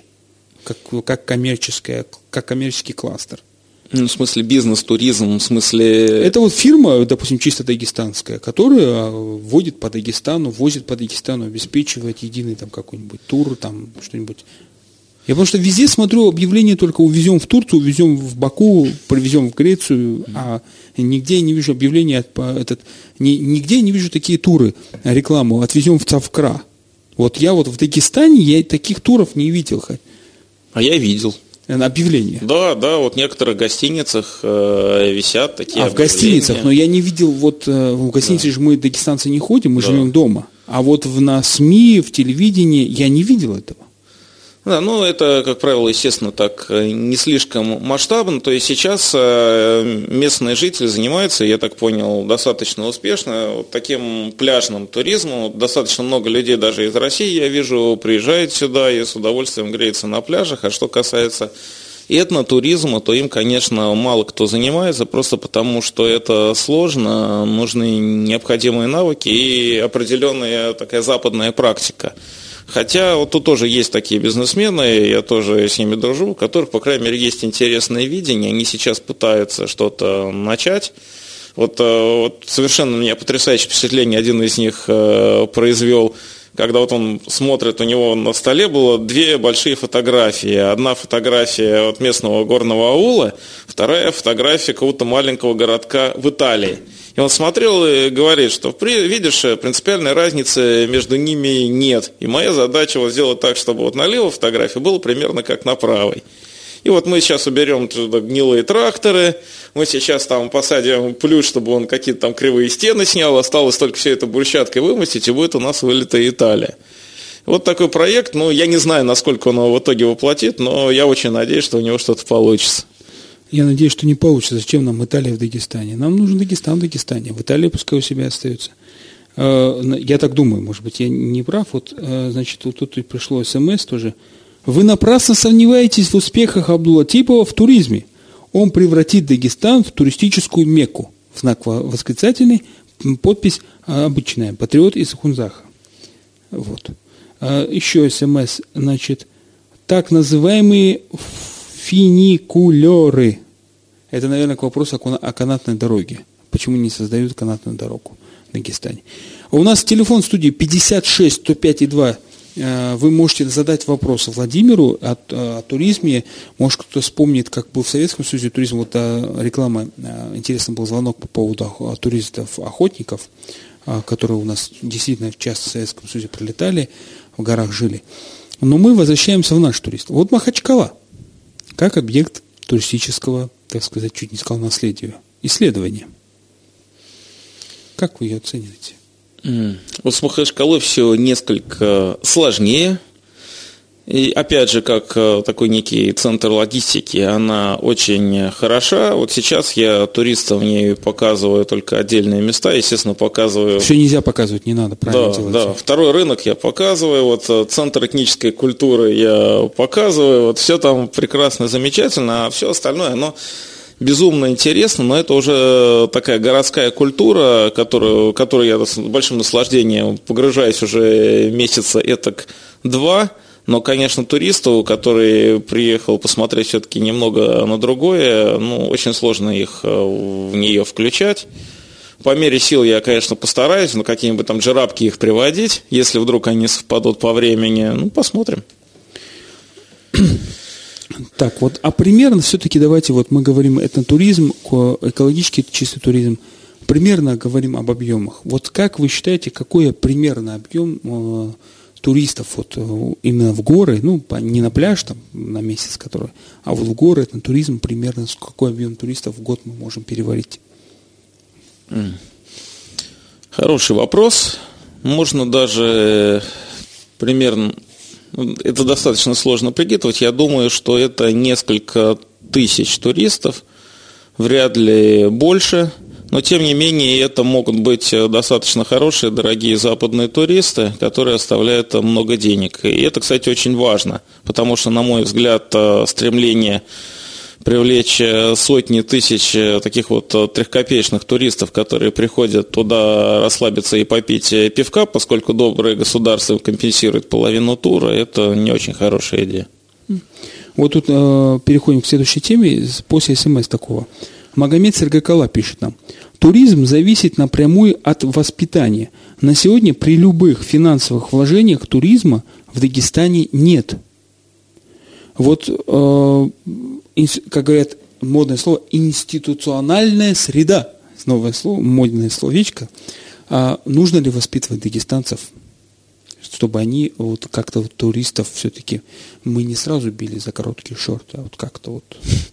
Как коммерческий кластер? Ну, в смысле бизнес-туризм, в смысле... Это вот фирма, допустим, чисто дагестанская, которая возит по Дагестану, обеспечивает единый там какой-нибудь тур, там что-нибудь. Я потому что везде смотрю объявления только увезем в Турцию, увезем в Баку, привезем в Грецию, а нигде не вижу объявления, нигде не вижу такие туры, рекламу, отвезем в Цавкра. Вот я вот в Дагестане, я таких туров не видел. А я видел. Объявления. Да, вот в некоторых гостиницах висят такие объявления. В гостиницах, но я не видел, вот в гостинице же мы, дагестанцы, не ходим, мы живем дома. А вот на СМИ, в телевидении я не видел этого. Да, ну это, как правило, естественно, так не слишком масштабно. То есть сейчас местные жители занимаются, я так понял, достаточно успешно вот таким пляжным туризмом. Достаточно много людей даже из России, я вижу, приезжает сюда и с удовольствием греется на пляжах. А что касается этнотуризма, то им, конечно, мало кто занимается, просто потому что это сложно, нужны необходимые навыки и определенная такая западная практика. Хотя вот тут тоже есть такие бизнесмены, я тоже с ними дружу, у которых, по крайней мере, есть интересное видение, они сейчас пытаются что-то начать. Вот совершенно у меня потрясающее впечатление один из них произвел, когда вот он смотрит, у него на столе было две большие фотографии. Одна фотография от местного горного аула, вторая фотография какого-то маленького городка в Италии. И он смотрел и говорит, что, видишь, принципиальной разницы между ними нет. И моя задача вот сделать так, чтобы вот на левой фотографии было примерно как на правой. И вот мы сейчас уберем туда гнилые тракторы, мы сейчас там посадим плющ, чтобы он какие-то там кривые стены снял, осталось только все это брусчаткой вымостить, и будет у нас вылитая Италия. Вот такой проект, я не знаю, насколько он его в итоге воплотит, но я очень надеюсь, что у него что-то получится. Я надеюсь, что не получится. Зачем нам Италия в Дагестане? Нам нужен Дагестан в Дагестане. В Италии пускай у себя остается. Я так думаю, может быть, я не прав. Значит, вот тут пришло СМС тоже. Вы напрасно сомневаетесь в успехах Абдулатипова в туризме. Он превратит Дагестан в туристическую Мекку. В знак восклицательный, подпись обычная. Патриот из Хунзаха. Вот. Еще СМС. Значит, так называемые фуникулеры. Это, наверное, к вопросу о канатной дороге. Почему не создают канатную дорогу в Дагестане? У нас телефон в студии 56-105-2. Вы можете задать вопросы Владимиру о туризме. Может, кто-то вспомнит, как был в Советском Союзе туризм. Вот реклама. Интересный был звонок по поводу туристов-охотников, которые у нас действительно часто в Советском Союзе прилетали, в горах жили. Но мы возвращаемся в наш турист. Вот Махачкала. Как объект туристического, так сказать, чуть не сказал, наследия, исследования. Как вы ее оцениваете? Вот с Махачкалой все несколько сложнее. И опять же, как такой некий центр логистики, она очень хороша. Вот сейчас я туристам в ней показываю только отдельные места, естественно, показываю... Все нельзя показывать, не надо, правильно делать. Да, второй рынок я показываю, вот центр этнической культуры я показываю, вот все там прекрасно, замечательно, а все остальное, оно безумно интересно, но это уже такая городская культура, которую я с большим наслаждением погружаюсь уже месяца этак 2. Но, конечно, туристу, который приехал посмотреть все-таки немного на другое, очень сложно их в нее включать. По мере сил я, конечно, постараюсь на какие-нибудь там джерапки их приводить, если вдруг они совпадут по времени. Ну, посмотрим. Так, вот, а примерно все-таки давайте, вот мы говорим этнотуризм, экологический чистый туризм, примерно говорим об объемах. Вот как вы считаете, какой примерно объем туристов вот именно в горы, ну, не на пляж там на месяц, который, а вот в горы, этнотуризм, примерно какой объем туристов в год мы можем переварить? Хороший вопрос. Можно даже примерно... Это достаточно сложно прикидывать. Я думаю, что это несколько тысяч туристов, вряд ли больше. Но, тем не менее, это могут быть достаточно хорошие, дорогие западные туристы, которые оставляют много денег. И это, кстати, очень важно, потому что, на мой взгляд, стремление привлечь сотни тысяч таких вот трехкопеечных туристов, которые приходят туда расслабиться и попить пивка, поскольку доброе государство компенсирует половину тура, это не очень хорошая идея. Вот тут переходим к следующей теме, после СМС такого. Магомед Сергакала пишет нам. Туризм зависит напрямую от воспитания. На сегодня при любых финансовых вложениях туризма в Дагестане нет. Вот, как говорят, модное слово, институциональная среда. Новое слово, модное словечко. Нужно ли воспитывать дагестанцев, чтобы они вот как-то вот, туристов все-таки мы не сразу били за короткие шорты, а вот как-то вот...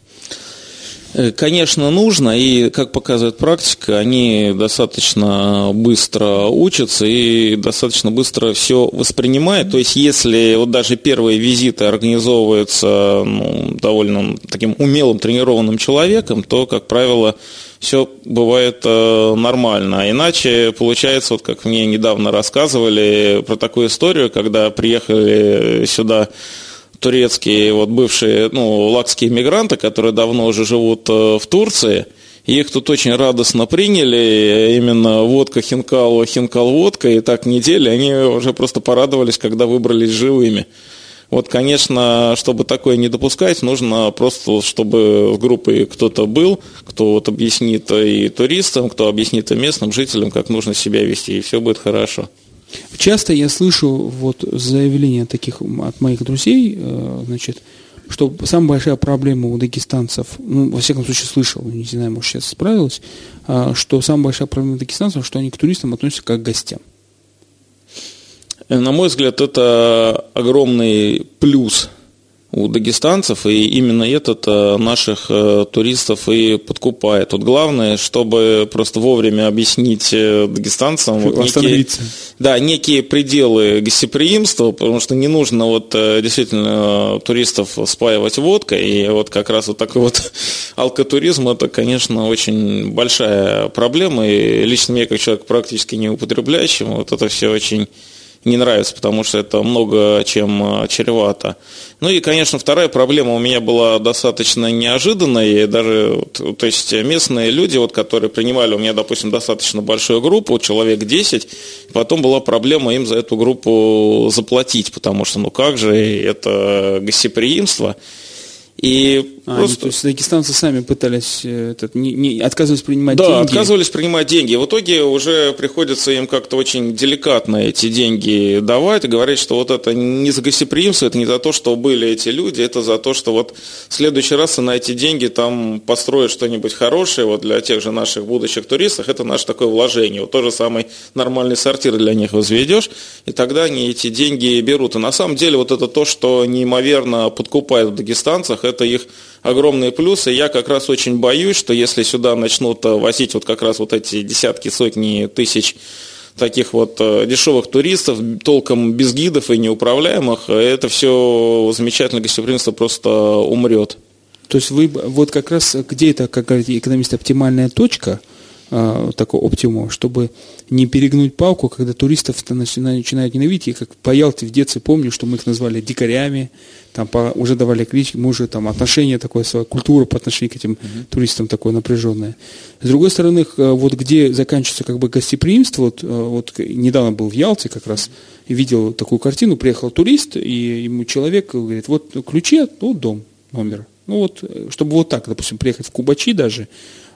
Конечно, нужно, и, как показывает практика, они достаточно быстро учатся и достаточно быстро все воспринимают. То есть, если вот даже первые визиты организовываются довольно таким умелым, тренированным человеком, то, как правило, все бывает нормально. Иначе получается, вот как мне недавно рассказывали про такую историю, когда приехали сюда турецкие, вот бывшие, лакские мигранты, которые давно уже живут в Турции, и их тут очень радостно приняли, именно водка хинкал, хинкал водка, и так недели, они уже просто порадовались, когда выбрались живыми. Вот, конечно, чтобы такое не допускать, нужно просто, чтобы в группе кто-то был, кто вот объяснит и туристам, кто объяснит и местным жителям, как нужно себя вести, и все будет хорошо. Часто я слышу вот заявления таких от моих друзей, значит, что самая большая проблема у дагестанцев, во всяком случае слышал, не знаю, может сейчас справилась, что самая большая проблема у дагестанцев, что они к туристам относятся как к гостям. На мой взгляд, это огромный плюс у дагестанцев, и именно этот наших туристов и подкупает. Вот главное, чтобы просто вовремя объяснить дагестанцам некие пределы гостеприимства, потому что не нужно действительно туристов спаивать водкой, и вот как раз вот такой вот алкотуризм, это, конечно, очень большая проблема, и лично мне, как человек практически не употребляющий, вот это все очень не нравится, потому что это много чем чревато. Ну и, конечно, вторая проблема у меня была достаточно неожиданная, даже, то есть местные люди, которые принимали у меня, допустим, достаточно большую группу, человек 10, потом была проблема им за эту группу заплатить, потому что, как же, это гостеприимство. И то есть дагестанцы сами пытались отказывались принимать деньги? Да, деньги? отказывались принимать деньги. В итоге уже приходится им как-то очень деликатно эти деньги давать и говорить, что вот это не за гостеприимство, это не за то, что были эти люди, это за то, что вот в следующий раз ты на эти деньги там построишь что-нибудь хорошее для тех же наших будущих туристов, это наше такое вложение. Вот тот же самый нормальный сортир для них возведешь, и тогда они эти деньги берут. И на самом деле вот это то, что неимоверно подкупает в дагестанцах, это их огромные плюсы. Я как раз очень боюсь, что если сюда начнут возить как раз эти десятки, сотни тысяч таких дешевых туристов, толком без гидов и неуправляемых, это все замечательное гостеприимство просто умрет. То есть вы как раз где это, как говорит экономист, оптимальная точка, такой оптимум, чтобы не перегнуть палку, когда туристов начинают ненавидеть. И как по Ялте в детстве помню, что мы их назвали дикарями, там уже давали клички, мы уже там отношение такое, своя культура по отношению к этим туристам такое напряженное. С другой стороны, где заканчивается гостеприимство, недавно был в Ялте как раз, и видел такую картину, приехал турист, и ему человек говорит, ключи от дом, номер. Чтобы так, допустим, приехать в Кубачи даже,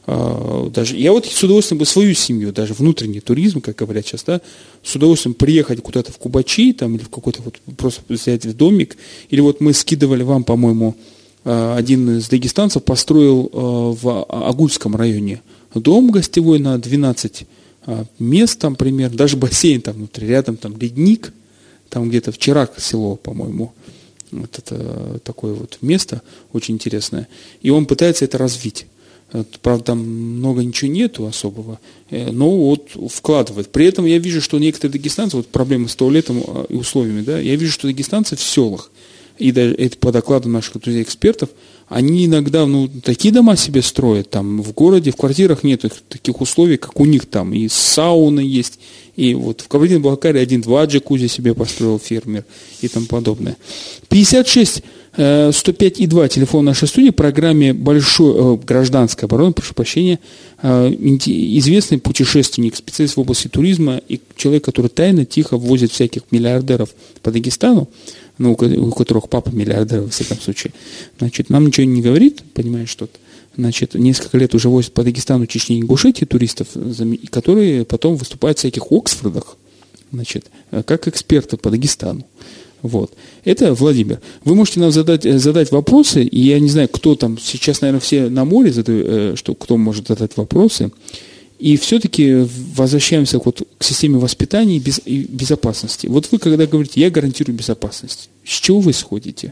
Даже я вот с удовольствием бы свою семью, даже внутренний туризм, как говорят сейчас, да, с удовольствием приехать куда-то в Кубачи там, или в какой-то вот просто взять в домик. Или вот мы скидывали вам, по-моему, один из дагестанцев построил в Агульском районе дом гостевой на 12 мест там примерно, даже бассейн там внутри, рядом там ледник, там где-то в Чирак село, по-моему. Вот это такое вот место очень интересное. И он пытается это развить. Правда, там много ничего нету особого, но вот вкладывает. При этом я вижу, что некоторые дагестанцы, вот проблемы с туалетом и условиями, да, я вижу, что дагестанцы в селах, и даже это по докладам наших друзей-экспертов, они иногда, такие дома себе строят, там в городе, в квартирах нет таких условий, как у них там, и сауна есть, и вот в Кабардино-Балкарии 1-2 джакузи себе построил фермер и тому подобное. 56 105,2 телефон нашей студии, в программе «Гражданская оборона», прошу прощения, известный путешественник, специалист в области туризма и человек, который тайно, тихо ввозит всяких миллиардеров по Дагестану, у которых папа миллиардер, во всяком случае. Значит, нам ничего не говорит, понимаешь, что-то. Значит, несколько лет уже возят по Дагестану, Чечне и Ингушетии туристов, которые потом выступают в всяких Оксфордах, значит, как эксперты по Дагестану. Вот. Это Владимир. Вы можете нам задать вопросы, и я не знаю, кто там, сейчас, наверное, все на море задают, кто может задать вопросы. И все-таки возвращаемся к системе воспитания и безопасности. Вот вы, когда говорите, я гарантирую безопасность, с чего вы исходите?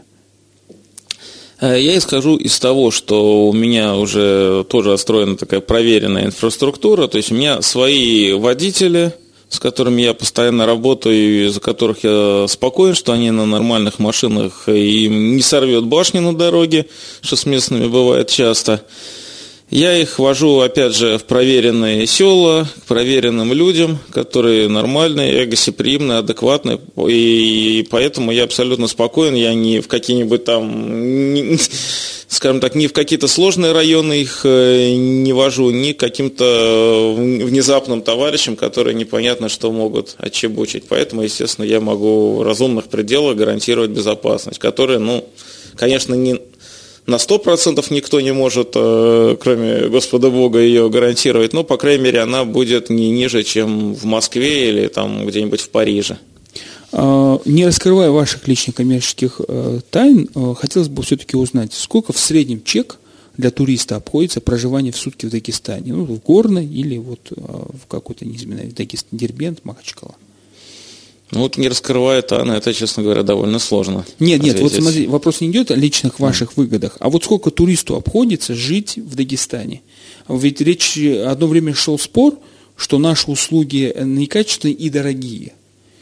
Я исхожу из того, что у меня уже тоже отстроена такая проверенная инфраструктура, то есть у меня свои водители, с которыми я постоянно работаю, и за которых я спокоен, что они на нормальных машинах и не сорвет башни на дороге, что с местными бывает часто. Я их вожу, опять же, в проверенные села, к проверенным людям, которые нормальные, гостеприимные, адекватные, и поэтому я абсолютно спокоен, я не в какие-нибудь там, скажем так, не в какие-то сложные районы их не вожу, ни к каким-то внезапным товарищам, которые непонятно что могут отчебучить. Поэтому, естественно, я могу в разумных пределах гарантировать безопасность, которая, конечно, не на 100% никто не может, кроме Господа Бога, ее гарантировать, но, по крайней мере, она будет не ниже, чем в Москве или там где-нибудь в Париже. Не раскрывая ваших личных коммерческих тайн, хотелось бы все-таки узнать, сколько в среднем чек для туриста обходится проживание в сутки в Дагестане, в Горной или в какой-то низменной Дагестан, Дербент, Махачкала? Не раскрывая тайны, это, честно говоря, довольно сложно. Нет, вот смотри, вопрос не идет о личных ваших выгодах, а вот сколько туристу обходится жить в Дагестане? Ведь одно время шел спор, что наши услуги некачественные и дорогие.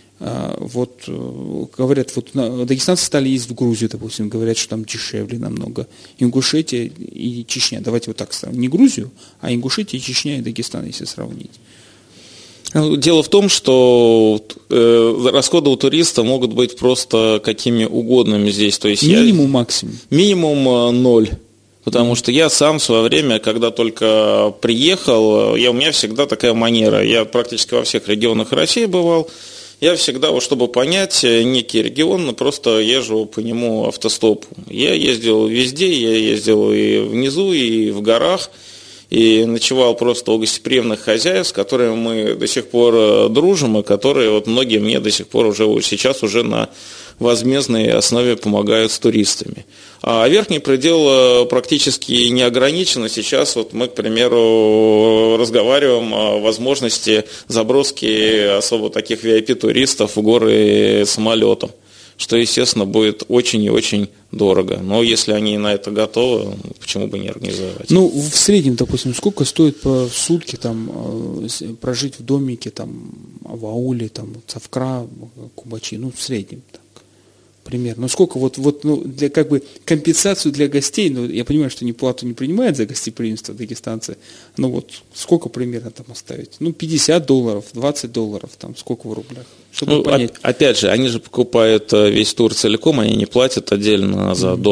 Говорят, дагестанцы стали ездить в Грузию, допустим, говорят, что там дешевле намного. Ингушетия и Чечня, давайте вот так сравним, не Грузию, а Ингушетия, Чечня и Дагестан, если сравнить. Дело в том, что расходы у туриста могут быть просто какими угодными здесь. То есть минимум, максимум? Минимум 0. Потому что я сам в свое время, когда только приехал, у меня всегда такая манера. Я практически во всех регионах России бывал. Я всегда, чтобы понять некий регион, просто езжу по нему автостопом. Я ездил везде, я ездил и внизу, и в горах. И ночевал просто у гостеприимных хозяев, с которыми мы до сих пор дружим, и которые многие мне до сих пор сейчас уже на возмездной основе помогают с туристами. А верхний предел практически не ограничен. Сейчас мы, к примеру, разговариваем о возможности заброски особо таких VIP-туристов в горы самолетом, что, естественно, будет очень и очень дорого. Но если они на это готовы, почему бы не организовать? В среднем, допустим, сколько стоит по сутки прожить в домике в ауле, Цавкра, Кубачи, в среднем так, примерно. Сколько для компенсацию для гостей, я понимаю, что плату не принимают за гостеприимство дагестанцы, сколько примерно оставить? $50, $20, сколько в рублях? Опять же, они же покупают весь тур целиком, они не платят отдельно за домик.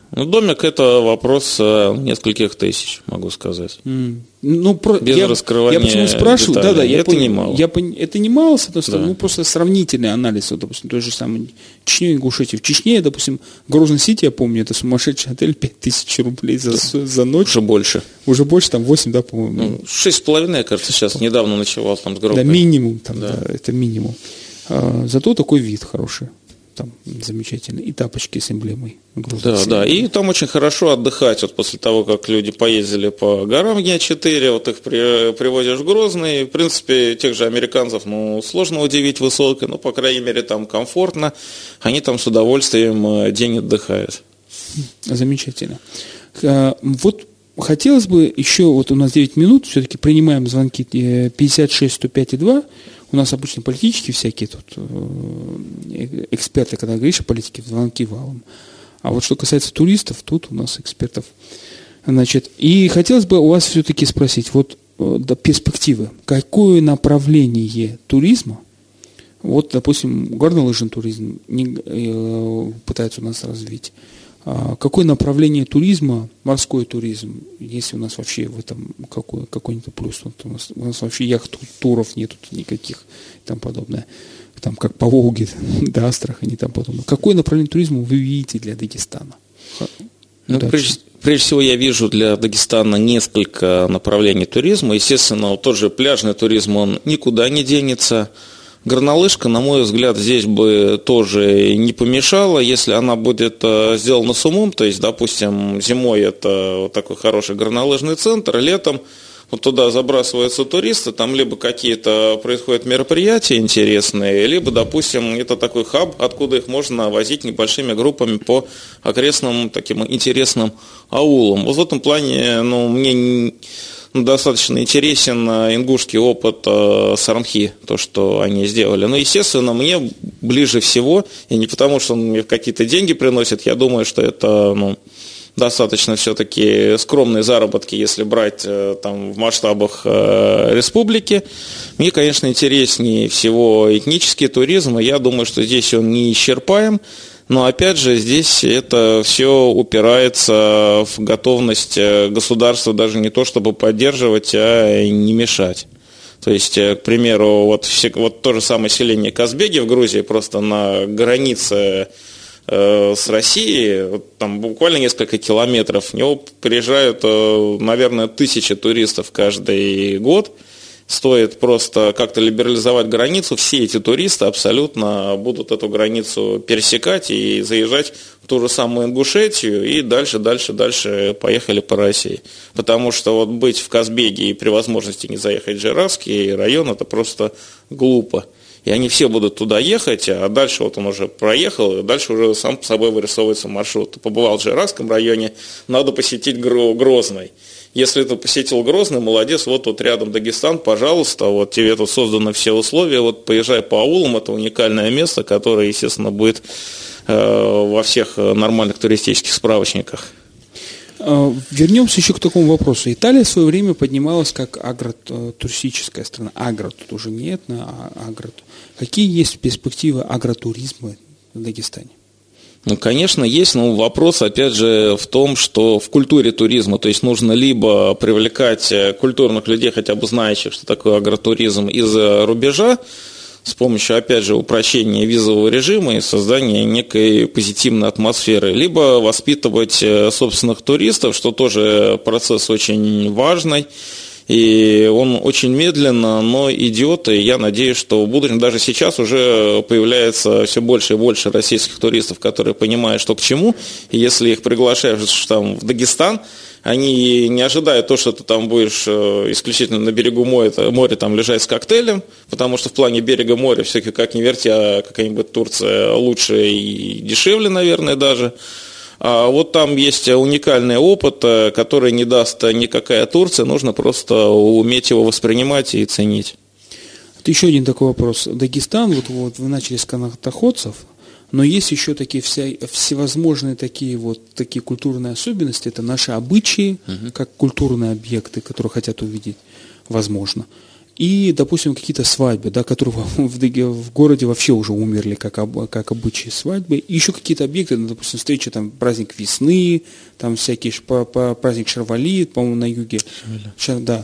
Ну, домик – это вопрос нескольких тысяч, могу сказать. Без раскрывания я почему спрашиваю? Деталей. Да, я это понял, немало. Это немало, с одной стороны, просто сравнительный анализ, вот, допустим, той же самой Чечни и Ингушетии. В Чечне, допустим, Грозный-Сити, я помню, это сумасшедший отель, 5000 рублей за ночь. Уже больше. Уже больше, там 8, да, по-моему. 6,5, я, кажется, сейчас недавно ночевал там с группой. Да, минимум, там, да, это минимум. Зато такой вид хороший. Там замечательно. И тапочки с эмблемой. Да. И там очень хорошо отдыхать. Вот после того, как люди поездили по горам Е4, вот их привозишь в Грозный. В принципе, тех же американцев, сложно удивить высоткой, но, по крайней мере, там комфортно. Они там с удовольствием день отдыхают. Замечательно. Вот хотелось бы еще, вот у нас 9 минут, все-таки принимаем звонки 56-105-2. У нас обычно политические всякие тут эксперты, когда говоришь о политике, звонки валом. А вот что касается туристов, тут у нас экспертов. Значит, и хотелось бы у вас все-таки спросить, вот до перспективы, какое направление туризма, вот, допустим, горнолыжный туризм пытаются у нас развить, какое направление туризма, морской туризм, если у нас вообще в этом какой-нибудь плюс, вот у нас вообще яхт-туров нету никаких и тому подобное, там как по Волге, до Астрахани и тому подобное. Какое направление туризма вы видите для Дагестана? Прежде всего, я вижу для Дагестана несколько направлений туризма. Естественно, тот же пляжный туризм, он никуда не денется. Горнолыжка, на мой взгляд, здесь бы тоже не помешала, если она будет сделана с умом, то есть, допустим, зимой это вот такой хороший горнолыжный центр, летом вот туда забрасываются туристы, там либо какие-то происходят мероприятия интересные, либо, допустим, это такой хаб, откуда их можно возить небольшими группами по окрестным таким интересным аулам. Вот в этом плане, мне достаточно интересен ингушский опыт Саранхи, то, что они сделали. Но, естественно, мне ближе всего, и не потому, что он мне какие-то деньги приносит, я думаю, что это достаточно все-таки скромные заработки, если брать там в масштабах республики. Мне, конечно, интереснее всего этнический туризм, и я думаю, что здесь он не исчерпаем. Но опять же, здесь это все упирается в готовность государства даже не то, чтобы поддерживать, а не мешать. То есть, к примеру, вот то же самое селение Казбеги в Грузии, просто на границе с Россией, там буквально несколько километров, в него приезжают, наверное, 1000 туристов каждый год. Стоит просто как-то либерализовать границу, все эти туристы абсолютно будут эту границу пересекать и заезжать в ту же самую Ингушетию и дальше поехали по России. Потому что вот быть в Казбеге и при возможности не заехать в Жиравский район, это просто глупо. И они все будут туда ехать, а дальше вот он уже проехал, и дальше уже сам по собой вырисовывается маршрут. Ты побывал в Жиравском районе, надо посетить Грозный. Если ты посетил Грозный, молодец, вот тут рядом Дагестан, пожалуйста, вот тебе тут созданы все условия, вот поезжай по аулам, это уникальное место, которое, естественно, будет во всех нормальных туристических справочниках. Вернемся еще к такому вопросу. Италия в свое время поднималась как агротуристическая страна. Агро тут уже не этно, а агро. Какие есть перспективы агротуризма в Дагестане? Конечно, есть, но вопрос, опять же, в том, что в культуре туризма, то есть нужно либо привлекать культурных людей, хотя бы знающих, что такое агротуризм, из-за рубежа, с помощью, опять же, упрощения визового режима и создания некой позитивной атмосферы, либо воспитывать собственных туристов, что тоже процесс очень важный. И он очень медленно, но идет, и я надеюсь, что в будущем, даже сейчас уже появляется все больше и больше российских туристов, которые понимают, что к чему, и если их приглашаешь там, в Дагестан, они не ожидают то, что ты там будешь исключительно на берегу моря там лежать с коктейлем, потому что в плане берега моря все-таки, как ни верти, а какая-нибудь Турция лучше и дешевле, наверное, даже. А вот там есть уникальный опыт, который не даст никакая Турция, нужно просто уметь его воспринимать и ценить. Это еще один такой вопрос. Дагестан, вот вы начали с канатоходцев, но есть еще такие всевозможные такие культурные особенности, это наши обычаи, как культурные объекты, которые хотят увидеть, возможно. и, допустим, какие-то свадьбы, да, которые в городе вообще уже умерли, как обычаи свадьбы, и еще какие-то объекты, ну, допустим, встреча, там, праздник весны, там всякие, праздник Шарвали, по-моему, на юге. Да.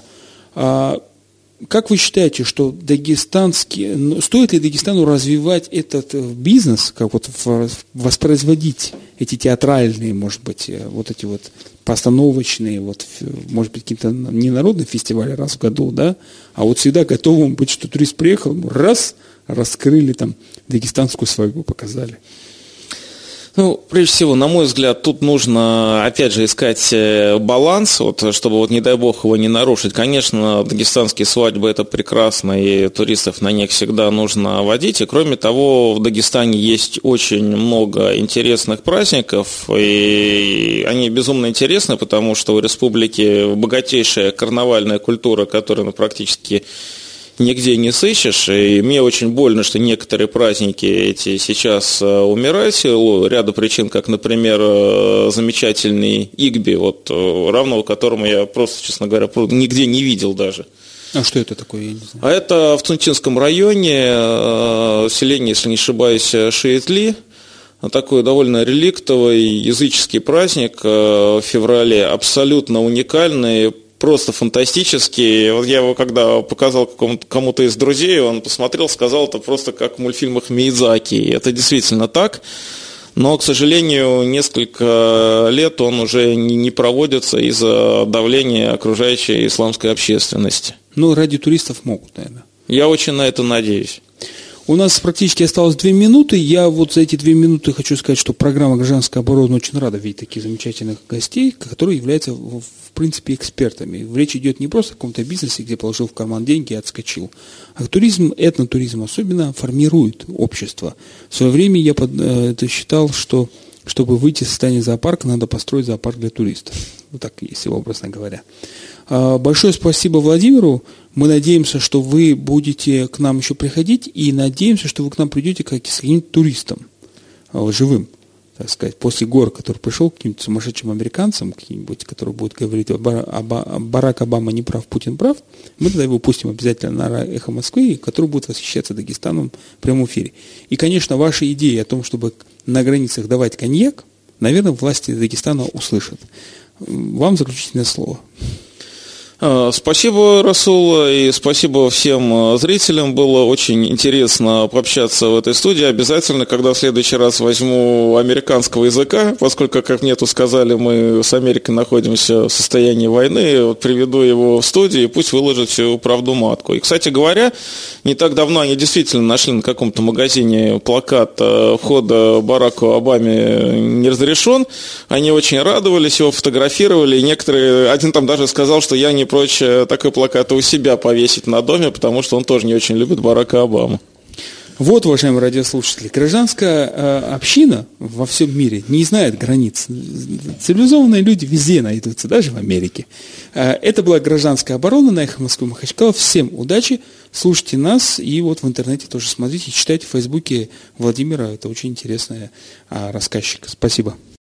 Как вы считаете, что стоит ли Дагестану развивать этот бизнес, как вот воспроизводить эти театральные, может быть, вот эти вот постановочные, вот, может быть, какие-то не народные фестивали раз в году, да, а вот всегда готовым быть, что турист приехал, раскрыли там дагестанскую свадьбу, показали. Ну, прежде всего, на мой взгляд, тут нужно, опять же, искать баланс, вот, чтобы, вот, не дай бог, его не нарушить. Конечно, дагестанские свадьбы – это прекрасно, и туристов на них всегда нужно водить. И, кроме того, в Дагестане есть очень много интересных праздников, и они безумно интересны, потому что у республики богатейшая карнавальная культура, которая практически нигде не сыщешь, и мне очень больно, что некоторые праздники эти сейчас умирают в силу ряда причин, как, например, замечательный Игби, вот, равного которому я просто, честно говоря, нигде не видел даже. А что это такое, я не знаю. А это в Цунтинском районе, селение, если не ошибаюсь, Шиитли, такой довольно реликтовый языческий праздник в феврале, абсолютно уникальный, просто фантастический. Вот я его когда показал кому-то из друзей, он посмотрел, сказал, это просто как в мультфильмах Миядзаки. И это действительно так. Но, к сожалению, несколько лет он уже не проводится из-за давления окружающей исламской общественности. Ну, ради туристов могут, наверное. Я очень на это надеюсь. У нас практически осталось 2 минуты. Я вот за эти 2 минуты хочу сказать, что программа «Гражданская оборона» очень рада видеть таких замечательных гостей, которые являются, в принципе, экспертами. Речь идет не просто о каком-то бизнесе, где положил в карман деньги и отскочил. А туризм, этнотуризм особенно, формирует общество. В свое время я считал, что чтобы выйти из состояния зоопарка, надо построить зоопарк для туристов. Вот так, если образно говоря. Большое спасибо Владимиру. Мы надеемся, что вы будете к нам еще приходить, и надеемся, что вы к нам придете как с каким-нибудь туристом, живым, так сказать, после гор, который пришел к каким-нибудь сумасшедшим американцам, каким-нибудь, который будет говорить, Барак Обама не прав, Путин прав, мы тогда его пустим обязательно на «Эхо Москвы», который будет восхищаться Дагестаном в прямом эфире. И, конечно, ваши идеи о том, чтобы на границах давать коньяк, наверное, власти Дагестана услышат. Вам заключительное слово. Спасибо, Расул, и спасибо всем зрителям. Было очень интересно пообщаться в этой студии. Обязательно, когда в следующий раз возьму американского языка, поскольку, как мне тут сказали, мы с Америкой находимся в состоянии войны, вот приведу его в студию, и пусть выложит всю правду матку. И, кстати говоря, не так давно они действительно нашли на каком-то магазине плакат «Вход Бараку Обаме не разрешен». Они очень радовались, его фотографировали, и некоторые, один там даже сказал, что я не прочь такой плакат у себя повесить на доме, потому что он тоже не очень любит Барака Обаму. Вот, уважаемые радиослушатели, гражданская община во всем мире не знает границ. Цивилизованные люди везде найдутся, даже в Америке. Это была «Гражданская оборона» на «Эхо Москвы» Махачкала. Всем удачи, слушайте нас, и вот в интернете тоже смотрите, читайте в Фейсбуке Владимира, это очень интересный рассказчик. Спасибо.